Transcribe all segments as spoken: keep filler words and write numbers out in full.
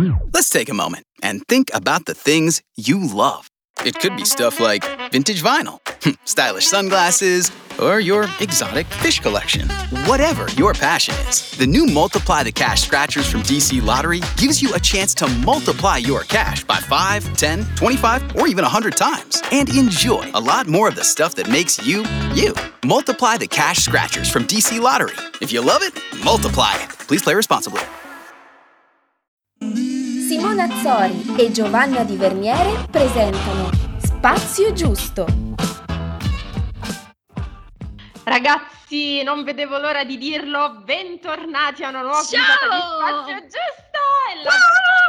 Let's take a moment and think about the things you love. It could be stuff like vintage vinyl, stylish sunglasses, or your exotic fish collection. Whatever your passion is, the new Multiply the Cash Scratchers from D C Lottery gives you a chance to multiply your cash by five, ten, twenty-five, or even one hundred times and enjoy a lot more of the stuff that makes you, you. Multiply the Cash Scratchers from D C Lottery. If you love it, multiply it. Please play responsibly. Simona Azzori e Giovanna Di Verniere presentano Spazio Giusto. Ragazzi, non vedevo l'ora di dirlo, bentornati a una nuova Ciao! puntata di Spazio Giusto! E la...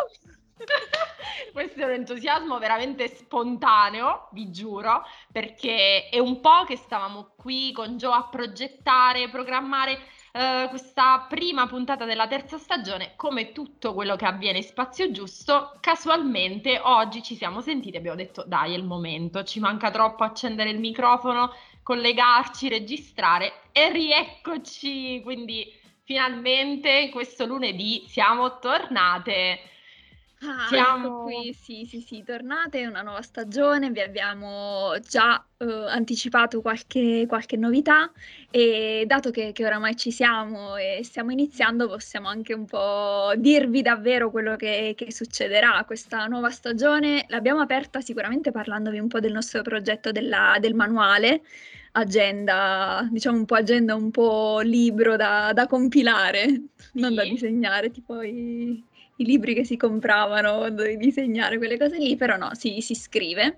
Questo è un entusiasmo veramente spontaneo, vi giuro, perché è un po' che stavamo qui con Gio a progettare, programmare Uh, questa prima puntata della terza stagione. Come tutto quello che avviene in Spazio Giusto, casualmente oggi ci siamo sentiti e abbiamo detto dai, è il momento, ci manca troppo accendere il microfono, collegarci, registrare e rieccoci, quindi finalmente questo lunedì siamo tornate. Ah, Siamo ecco qui, sì, sì, sì, tornate, una nuova stagione, vi abbiamo già eh, anticipato qualche, qualche novità e dato che, che oramai ci siamo e stiamo iniziando, possiamo anche un po' dirvi davvero quello che, che succederà. Questa nuova stagione l'abbiamo aperta sicuramente parlandovi un po' del nostro progetto della- del manuale, agenda, diciamo un po' agenda, un po' libro da, da compilare, non da Sì. disegnare, tipo i i libri che si compravano quando devi disegnare quelle cose lì, però no, si, si scrive.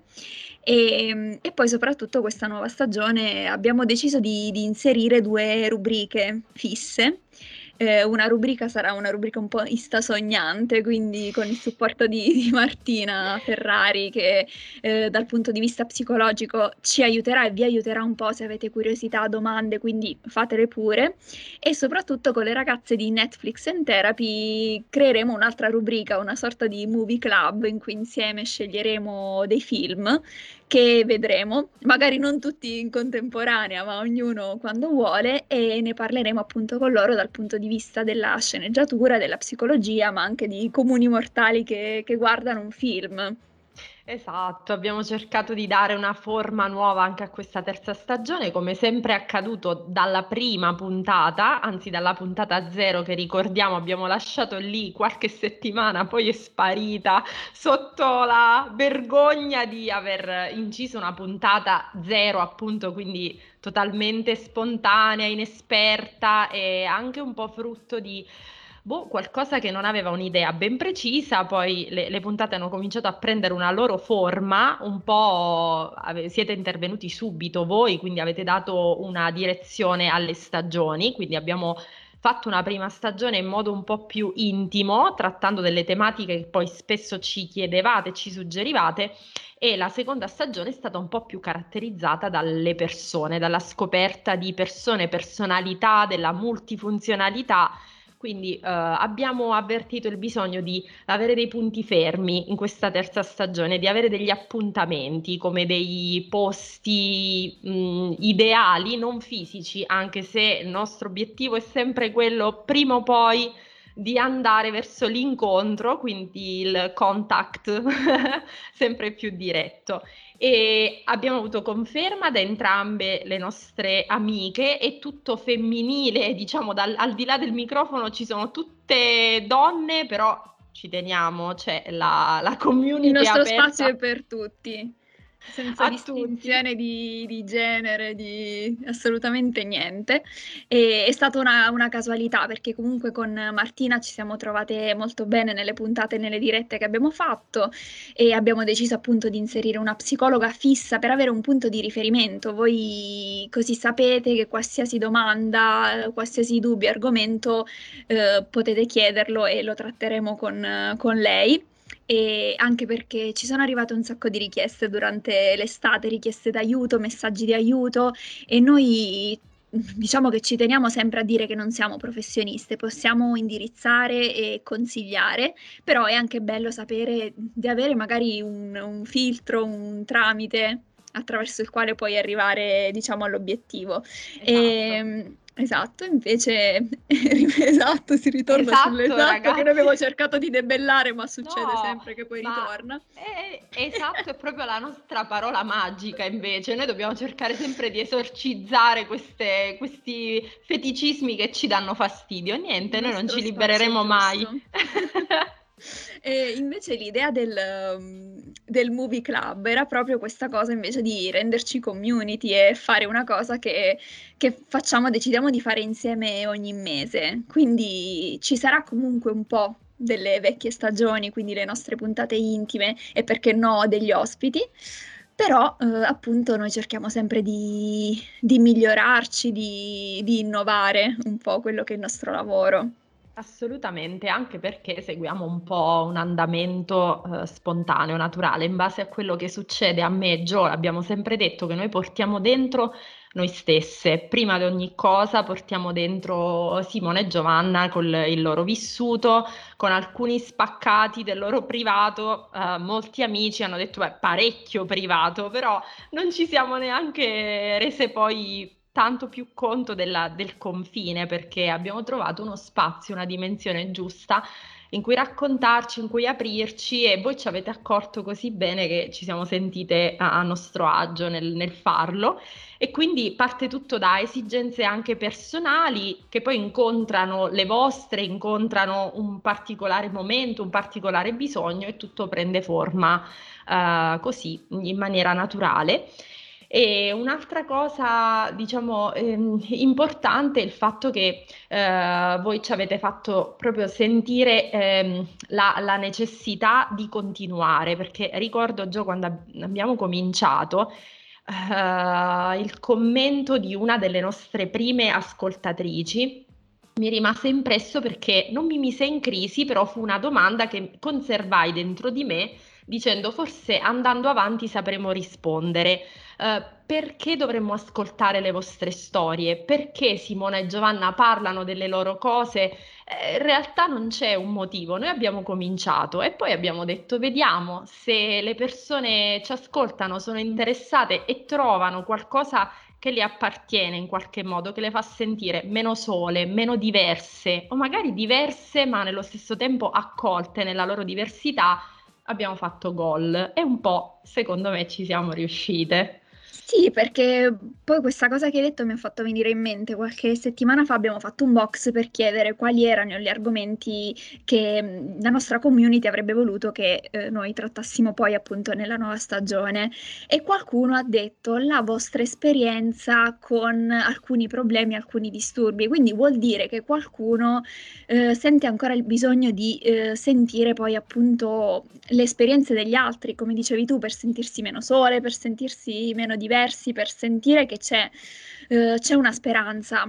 E, e poi soprattutto questa nuova stagione abbiamo deciso di, di inserire due rubriche fisse. Eh, una rubrica sarà una rubrica un po' istasognante, quindi con il supporto di, di Martina Ferrari che eh, dal punto di vista psicologico ci aiuterà e vi aiuterà un po' se avete curiosità, domande, quindi fatele pure. E soprattutto con le ragazze di Netflix and Therapy creeremo un'altra rubrica, una sorta di movie club in cui insieme sceglieremo dei film che vedremo, magari non tutti in contemporanea, ma ognuno quando vuole, e ne parleremo appunto con loro dal punto di vista della sceneggiatura, della psicologia, ma anche di comuni mortali che, che guardano un film. Esatto, abbiamo cercato di dare una forma nuova anche a questa terza stagione, come sempre è accaduto dalla prima puntata, anzi dalla puntata zero che ricordiamo abbiamo lasciato lì qualche settimana, poi è sparita sotto la vergogna di aver inciso una puntata zero, appunto, quindi totalmente spontanea, inesperta e anche un po' frutto di boh, qualcosa che non aveva un'idea ben precisa, poi le, le puntate hanno cominciato a prendere una loro forma, un po' ave- siete intervenuti subito voi, quindi avete dato una direzione alle stagioni, quindi abbiamo fatto una prima stagione in modo un po' più intimo, trattando delle tematiche che poi spesso ci chiedevate, ci suggerivate, e la seconda stagione è stata un po' più caratterizzata dalle persone, dalla scoperta di persone, personalità, della multifunzionalità. Quindi eh, abbiamo avvertito il bisogno di avere dei punti fermi in questa terza stagione, di avere degli appuntamenti come dei posti mh, ideali, non fisici, anche se il nostro obiettivo è sempre quello, prima o poi, di andare verso l'incontro, quindi il contact sempre più diretto. E abbiamo avuto conferma da entrambe le nostre amiche, è tutto femminile, diciamo dal, al di là del microfono ci sono tutte donne, però ci teniamo, c'è la, la Il community nostro aperta spazio è per tutti, senza a tutti. distinzione di, di genere, di assolutamente niente. E è stata una, una casualità perché comunque con Martina ci siamo trovate molto bene nelle puntate e nelle dirette che abbiamo fatto e abbiamo deciso appunto di inserire una psicologa fissa per avere un punto di riferimento. Voi così sapete che qualsiasi domanda, qualsiasi dubbio, argomento eh, potete chiederlo e lo tratteremo con con lei. E anche perché ci sono arrivate un sacco di richieste durante l'estate, richieste d'aiuto, messaggi di aiuto e noi diciamo che ci teniamo sempre a dire che non siamo professioniste, possiamo indirizzare e consigliare, però è anche bello sapere di avere magari un, un filtro, un tramite attraverso il quale puoi arrivare, diciamo, all'obiettivo. Esatto. E, Esatto, invece esatto, si ritorna Esatto, sull'esatto che noi ragazzi. abbiamo cercato di debellare, ma succede No, sempre che poi ma ritorna. è- esatto, è proprio la nostra parola magica invece. Noi dobbiamo cercare sempre di esorcizzare queste- questi feticismi che ci danno fastidio. Il Niente, noi non nostro ci spazio libereremo mai. giusto. E invece l'idea del, um, del movie club era proprio questa cosa invece di renderci community e fare una cosa che, che facciamo, decidiamo di fare insieme ogni mese. Quindi ci sarà comunque un po' delle vecchie stagioni, quindi le nostre puntate intime e perché no degli ospiti. Però eh, appunto noi cerchiamo sempre di, di migliorarci, di, di innovare un po' quello che è il nostro lavoro. Assolutamente, anche perché seguiamo un po' un andamento eh, spontaneo, naturale, in base a quello che succede a me e Gio. Abbiamo sempre detto che noi portiamo dentro noi stesse, prima di ogni cosa portiamo dentro Simone e Giovanna con il loro vissuto, con alcuni spaccati del loro privato. Eh, molti amici hanno detto, beh, parecchio privato, però non ci siamo neanche rese poi tanto più conto della- del confine, perché abbiamo trovato uno spazio, una dimensione giusta in cui raccontarci, in cui aprirci, e voi ci avete accolto così bene che ci siamo sentite a, a nostro agio nel, nel farlo. E quindi parte tutto da esigenze anche personali che poi incontrano le vostre, incontrano un particolare momento, un particolare bisogno, e tutto prende forma eh, così, in maniera naturale. E un'altra cosa, diciamo, ehm, importante è il fatto che eh, voi ci avete fatto proprio sentire ehm, la, la necessità di continuare, perché ricordo già quando ab- abbiamo cominciato eh, il commento di una delle nostre prime ascoltatrici. Mi rimase impresso perché non mi mise in crisi, però fu una domanda che conservai dentro di me dicendo forse andando avanti sapremo rispondere. Eh, perché dovremmo ascoltare le vostre storie? Perché Simona e Giovanna parlano delle loro cose? Eh, in realtà non c'è un motivo. Noi abbiamo cominciato e poi abbiamo detto vediamo se le persone ci ascoltano, sono interessate e trovano qualcosa che le appartiene in qualche modo, che le fa sentire meno sole, meno diverse, o magari diverse ma nello stesso tempo accolte nella loro diversità. Abbiamo fatto gol e un po', secondo me, ci siamo riuscite. Sì, perché poi questa cosa che hai detto mi ha fatto venire in mente. Qualche settimana fa abbiamo fatto un box per chiedere quali erano gli argomenti che mh, la nostra community avrebbe voluto che eh, noi trattassimo poi appunto nella nuova stagione. E qualcuno ha detto la vostra esperienza con alcuni problemi, alcuni disturbi. Quindi vuol dire che qualcuno eh, sente ancora il bisogno di eh, sentire poi appunto le esperienze degli altri, come dicevi tu, per sentirsi meno sole, per sentirsi meno diversi, per sentire che c'è eh, c'è una speranza.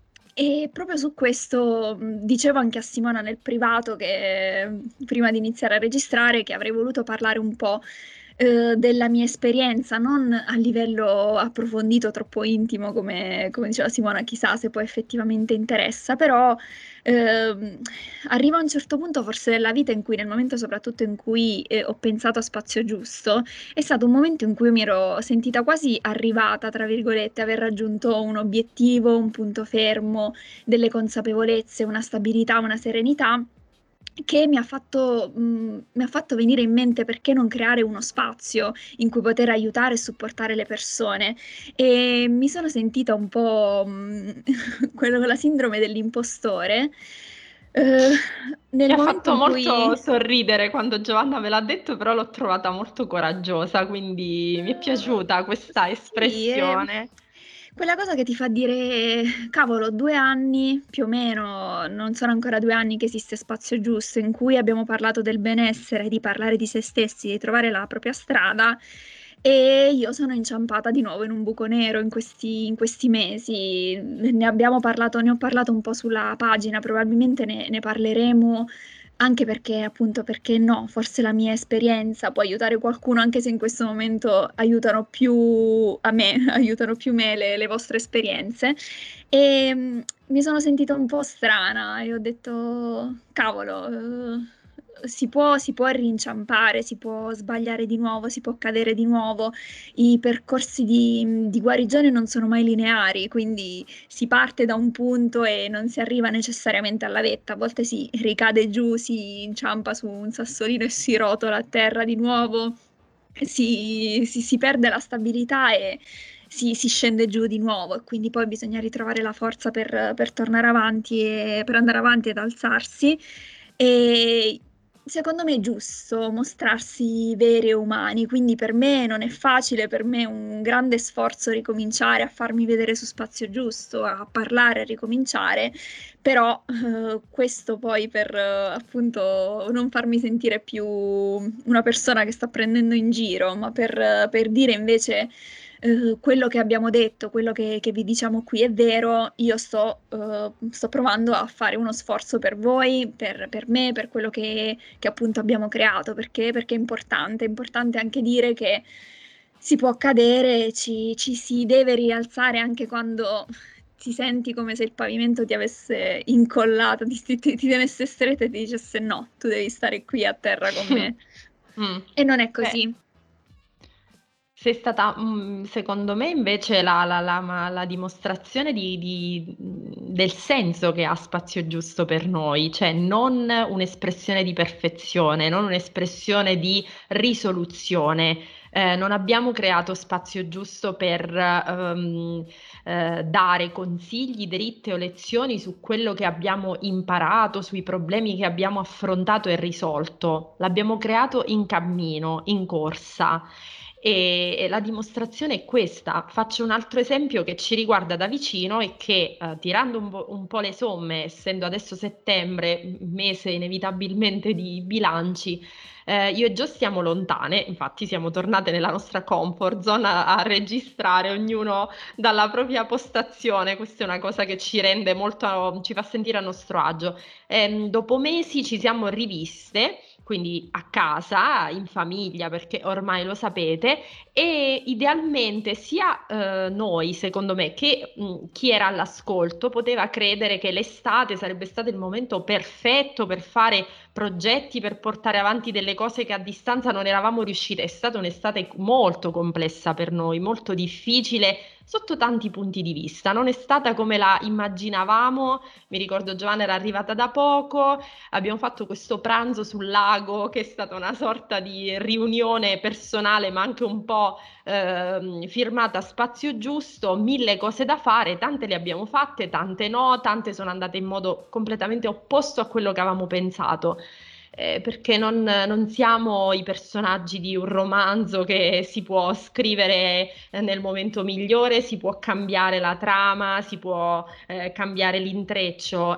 E proprio su questo mh, dicevo anche a Simona nel privato che mh, prima di iniziare a registrare che avrei voluto parlare un po' eh, della mia esperienza, non a livello approfondito, troppo intimo, come, come diceva Simona, chissà se poi effettivamente interessa, però ehm, arriva a un certo punto forse della vita in cui, nel momento soprattutto in cui eh, ho pensato a Spazio Giusto, è stato un momento in cui mi ero sentita quasi arrivata, tra virgolette, aver raggiunto un obiettivo, un punto fermo, delle consapevolezze, una stabilità, una serenità che mi ha fatto, mh, mi ha fatto venire in mente perché non creare uno spazio in cui poter aiutare e supportare le persone. E mi sono sentita un po' mh, quello con la sindrome dell'impostore. eh, Mi nel ha momento fatto in molto cui sorridere quando Giovanna me l'ha detto, però l'ho trovata molto coraggiosa, quindi mi è Eh, piaciuta questa sì, è espressione. quella cosa che ti fa dire, cavolo, due anni più o meno, non sono ancora due anni che esiste Spazio Giusto, in cui abbiamo parlato del benessere, di parlare di se stessi, di trovare la propria strada. E io sono inciampata di nuovo in un buco nero in questi, in questi mesi. Ne abbiamo parlato, ne ho parlato un po' sulla pagina, probabilmente ne, ne parleremo anche perché, appunto, perché no, forse la mia esperienza può aiutare qualcuno, anche se in questo momento aiutano più a me, aiutano più me le, le vostre esperienze. E mh, mi sono sentita un po' strana e ho detto, cavolo, eh, si può, si può rinciampare, si può sbagliare di nuovo, si può cadere di nuovo. I percorsi di, di guarigione non sono mai lineari, quindi si parte da un punto e non si arriva necessariamente alla vetta. A volte si ricade giù, si inciampa su un sassolino e si rotola a terra di nuovo, si, si- si perde la stabilità e si, si scende giù di nuovo. E quindi poi bisogna ritrovare la forza per, per tornare avanti e per andare avanti ed alzarsi. E secondo me è giusto mostrarsi veri e umani, quindi per me non è facile, per me è un grande sforzo ricominciare a farmi vedere su Spazio Giusto, a parlare, a ricominciare, però eh, questo poi per eh, appunto non farmi sentire più una persona che sta prendendo in giro, ma per, eh, per dire invece eh, quello che abbiamo detto, quello che, che vi diciamo qui è vero, io sto, eh, sto provando a fare uno sforzo per voi, per, per me, per quello che, che appunto abbiamo creato, perché, perché è importante, è importante anche dire che si può cadere, ci, ci si deve rialzare anche quando ti senti come se il pavimento ti avesse incollato, ti, ti, ti tenesse stretta e ti dicesse no, tu devi stare qui a terra con me. Mm. E non è Beh, così. sei stata, mm, secondo me, invece la, la- la- ma- la dimostrazione di- di- del senso che ha Spazio Giusto per noi, cioè non un'espressione di perfezione, non un'espressione di risoluzione. Eh, non abbiamo creato Spazio Giusto per ehm, eh, dare consigli, dritte o lezioni su quello che abbiamo imparato, sui problemi che abbiamo affrontato e risolto. L'abbiamo creato in cammino, in corsa. E, e la dimostrazione è questa. Faccio un altro esempio che ci riguarda da vicino e che, eh, tirando un po', un po' le somme, essendo adesso settembre, mese inevitabilmente di bilanci, eh, io e Gio stiamo lontane, infatti siamo tornate nella nostra comfort zone a, a registrare ognuno dalla propria postazione. Questa è una cosa che ci rende molto, ci fa sentire a nostro agio. Ehm, dopo mesi ci siamo riviste, quindi a casa, in famiglia, perché ormai lo sapete, e idealmente sia eh, noi, secondo me, che mh, chi era all'ascolto poteva credere che l'estate sarebbe stato il momento perfetto per fare progetti, per portare avanti delle cose che a distanza non eravamo riuscite. È stata un'estate molto complessa per noi, molto difficile sotto tanti punti di vista. Non è stata come la immaginavamo. Mi ricordo Giovanna era arrivata da poco, abbiamo fatto questo pranzo sul lago che è stata una sorta di riunione personale, ma anche un po' ehm, firmata a Spazio Giusto, mille cose da fare, tante le abbiamo fatte, tante no, tante sono andate in modo completamente opposto a quello che avevamo pensato. Eh, perché non, non siamo i personaggi di un romanzo che si può scrivere eh, nel momento migliore, si può cambiare la trama, si può eh, cambiare l'intreccio,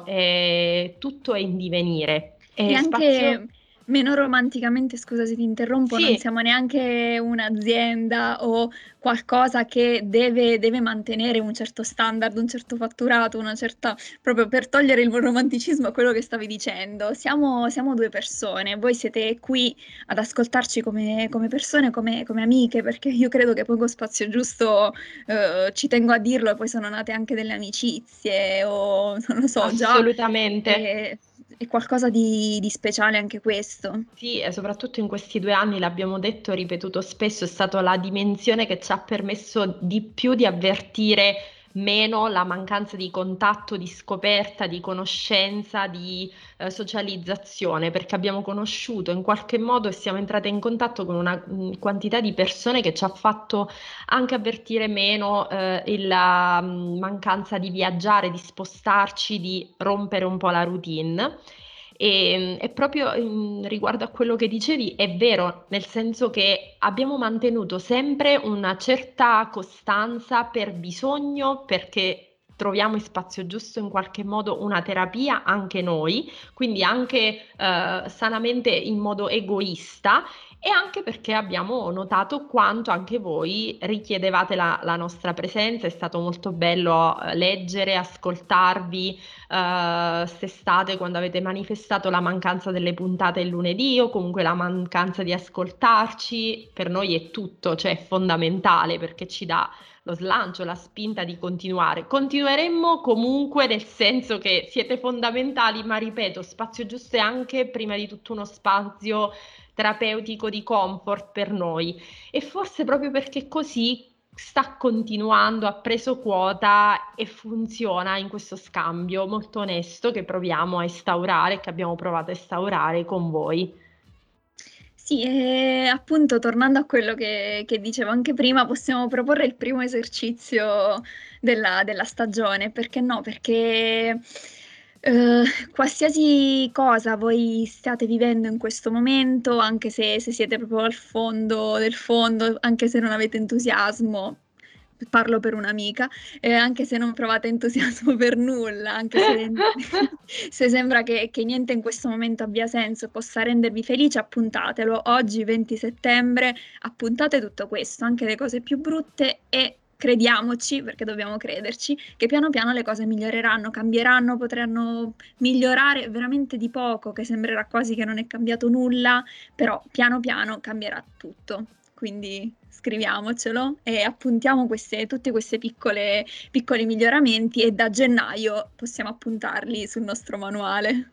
e tutto è in divenire. E E spazio... anche meno romanticamente, scusa se ti interrompo, non Sì, siamo neanche un'azienda o qualcosa che deve, deve mantenere un certo standard, un certo fatturato, una certa, proprio per togliere il romanticismo a quello che stavi dicendo. Siamo, siamo due persone, voi siete qui ad ascoltarci come, come persone, come, come amiche, perché io credo che Poco Spazio Giusto, eh, ci tengo a dirlo, e poi sono nate anche delle amicizie o non lo so, già assolutamente. è, è qualcosa di, di speciale anche questo. Sì, e soprattutto in questi due anni, l'abbiamo detto e ripetuto spesso, è stata la dimensione che ci ha permesso di più di avvertire meno la mancanza di contatto, di scoperta, di conoscenza, di eh, socializzazione, perché abbiamo conosciuto in qualche modo e siamo entrate in contatto con una mm, quantità di persone che ci ha fatto anche avvertire meno eh, il- la mm, mancanza di viaggiare, di spostarci, di rompere un po' la routine. E, e proprio in- riguardo a quello che dicevi, è vero, nel senso che abbiamo mantenuto sempre una certa costanza per bisogno, perché troviamo in Spazio Giusto in qualche modo una terapia anche noi, quindi anche eh, sanamente in modo egoista, e anche perché abbiamo notato quanto anche voi richiedevate la la nostra presenza. È stato molto bello, uhm, leggere, ascoltarvi, uhm, st'estate quando avete manifestato la mancanza delle puntate il lunedì o comunque la mancanza di ascoltarci. Per noi è tutto, cioè è fondamentale perché ci dà lo slancio, la spinta di continuare. Continueremmo comunque, nel senso che siete fondamentali, ma ripeto, Spazio Giusto è anche prima di tutto uno spazio terapeutico di comfort per noi e forse proprio perché così sta continuando, ha preso quota e funziona in questo scambio molto onesto che proviamo a instaurare, che abbiamo provato a instaurare con voi. Sì, ehm, appunto tornando a quello che che dicevo anche prima, possiamo proporre il primo esercizio della della stagione, perché no, perché, uhm, qualsiasi cosa voi stiate vivendo in questo momento, anche se se siete proprio al fondo del fondo, anche se non avete entusiasmo, parlo per un'amica, e anche se non provate entusiasmo per nulla, anche se se sembra che che niente in questo momento abbia senso, possa rendervi felici, appuntatelo. Oggi venti settembre, appuntate tutto questo, anche le cose più brutte e crediamoci, perché dobbiamo crederci, che piano piano le cose miglioreranno, cambieranno, potranno migliorare veramente di poco, che sembrerà quasi che non è cambiato nulla, però piano piano cambierà tutto. Quindi scriviamocelo e appuntiamo queste tutte queste piccole piccoli miglioramenti e da gennaio possiamo appuntarli sul nostro manuale.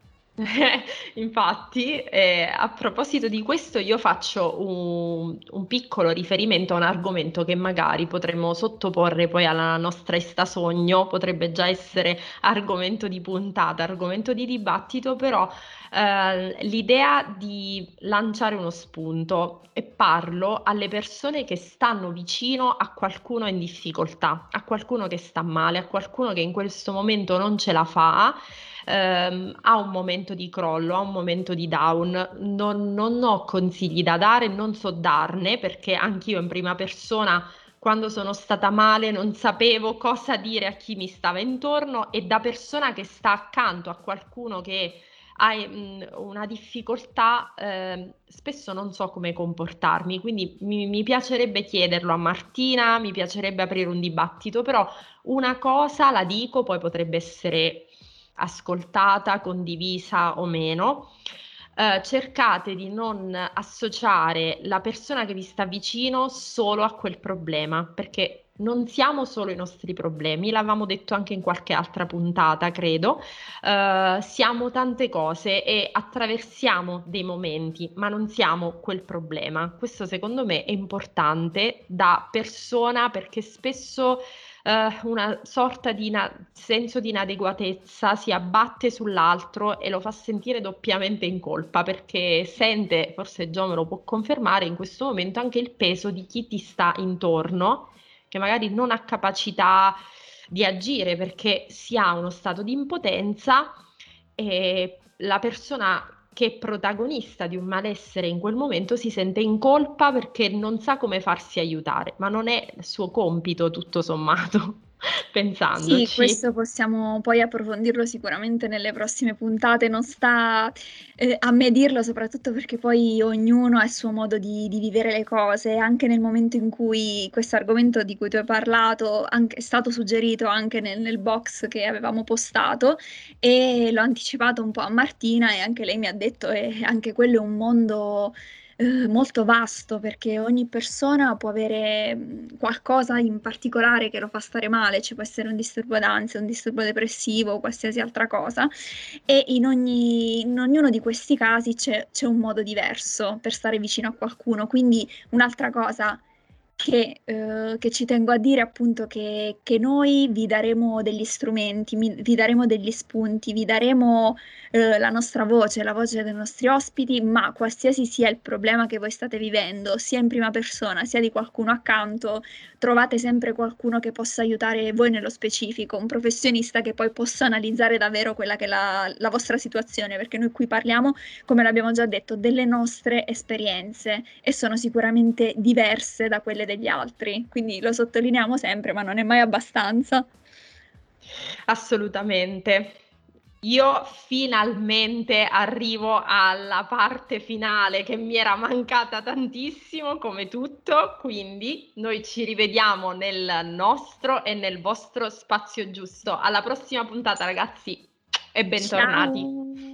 Infatti, ehm, a proposito di questo io faccio un un piccolo riferimento a un argomento che magari potremmo sottoporre poi alla nostra Estasogno, potrebbe già essere argomento di puntata, argomento di dibattito, però, ehm, l'idea di lanciare uno spunto e parlo alle persone che stanno vicino a qualcuno in difficoltà, a qualcuno che sta male, a qualcuno che in questo momento non ce la fa, ehm, ha un momento di crollo, ha un momento di down. Non non ho consigli da dare, non so darne, perché anch'io in prima persona quando sono stata male non sapevo cosa dire a chi mi stava intorno e da persona che sta accanto a qualcuno che ha, ehm, una difficoltà, ehm, spesso non so come comportarmi, quindi mi mi piacerebbe chiederlo a Martina, mi piacerebbe aprire un dibattito, però una cosa la dico, poi potrebbe essere ascoltata, condivisa o meno. Ehm, cercate di non associare la persona che vi sta vicino solo a quel problema, perché non siamo solo i nostri problemi, l'avevamo detto anche in qualche altra puntata credo, ehm, siamo tante cose e attraversiamo dei momenti, ma non siamo quel problema. Questo secondo me è importante da persona perché spesso ehm, una sorta di ina senso di inadeguatezza si abbatte sull'altro e lo fa sentire doppiamente in colpa, perché sente, forse Gio me lo può confermare, in questo momento anche il peso di chi ti sta intorno, che magari non ha capacità di agire perché si ha uno stato di impotenza e la persona che è protagonista di un malessere in quel momento si sente in colpa perché non sa come farsi aiutare, ma non è suo compito tutto sommato, Sì, pensandoci. questo possiamo poi approfondirlo sicuramente nelle prossime puntate, non sta, ehm, a me dirlo, soprattutto perché poi ognuno ha il suo modo di di vivere le cose. Anche nel momento in cui questo argomento di cui tu hai parlato, anche è stato suggerito anche nel nel box che avevamo postato e l'ho anticipato un po' a Martina e anche lei mi ha detto: "Eh, anche quello è un mondo uhm, molto vasto, perché ogni persona può avere, mhmm, qualcosa in particolare che lo fa stare male, ci può essere un disturbo d'ansia, un disturbo depressivo o qualsiasi altra cosa, e in ogni in ognuno di questi casi c'è c'è un modo diverso per stare vicino a qualcuno. Quindi un'altra cosa che uhm, che ci tengo a dire appunto che che noi vi daremo degli strumenti, mi vi daremo degli spunti, vi daremo, uhm, la nostra voce, la voce dei nostri ospiti, ma qualsiasi sia il problema che voi state vivendo, sia in prima persona, sia di qualcuno accanto, trovate sempre qualcuno che possa aiutare voi nello specifico, un professionista che poi possa analizzare davvero quella che è la la vostra situazione, perché noi qui parliamo, come l'abbiamo già detto, delle nostre esperienze e sono sicuramente diverse da quelle degli altri. Quindi lo sottolineiamo sempre, ma non è mai abbastanza. Assolutamente. Io finalmente arrivo alla parte finale che mi era mancata tantissimo, come tutto, quindi noi ci rivediamo nel nostro e nel vostro spazio giusto. Alla prossima puntata, ragazzi, e bentornati. Ciao!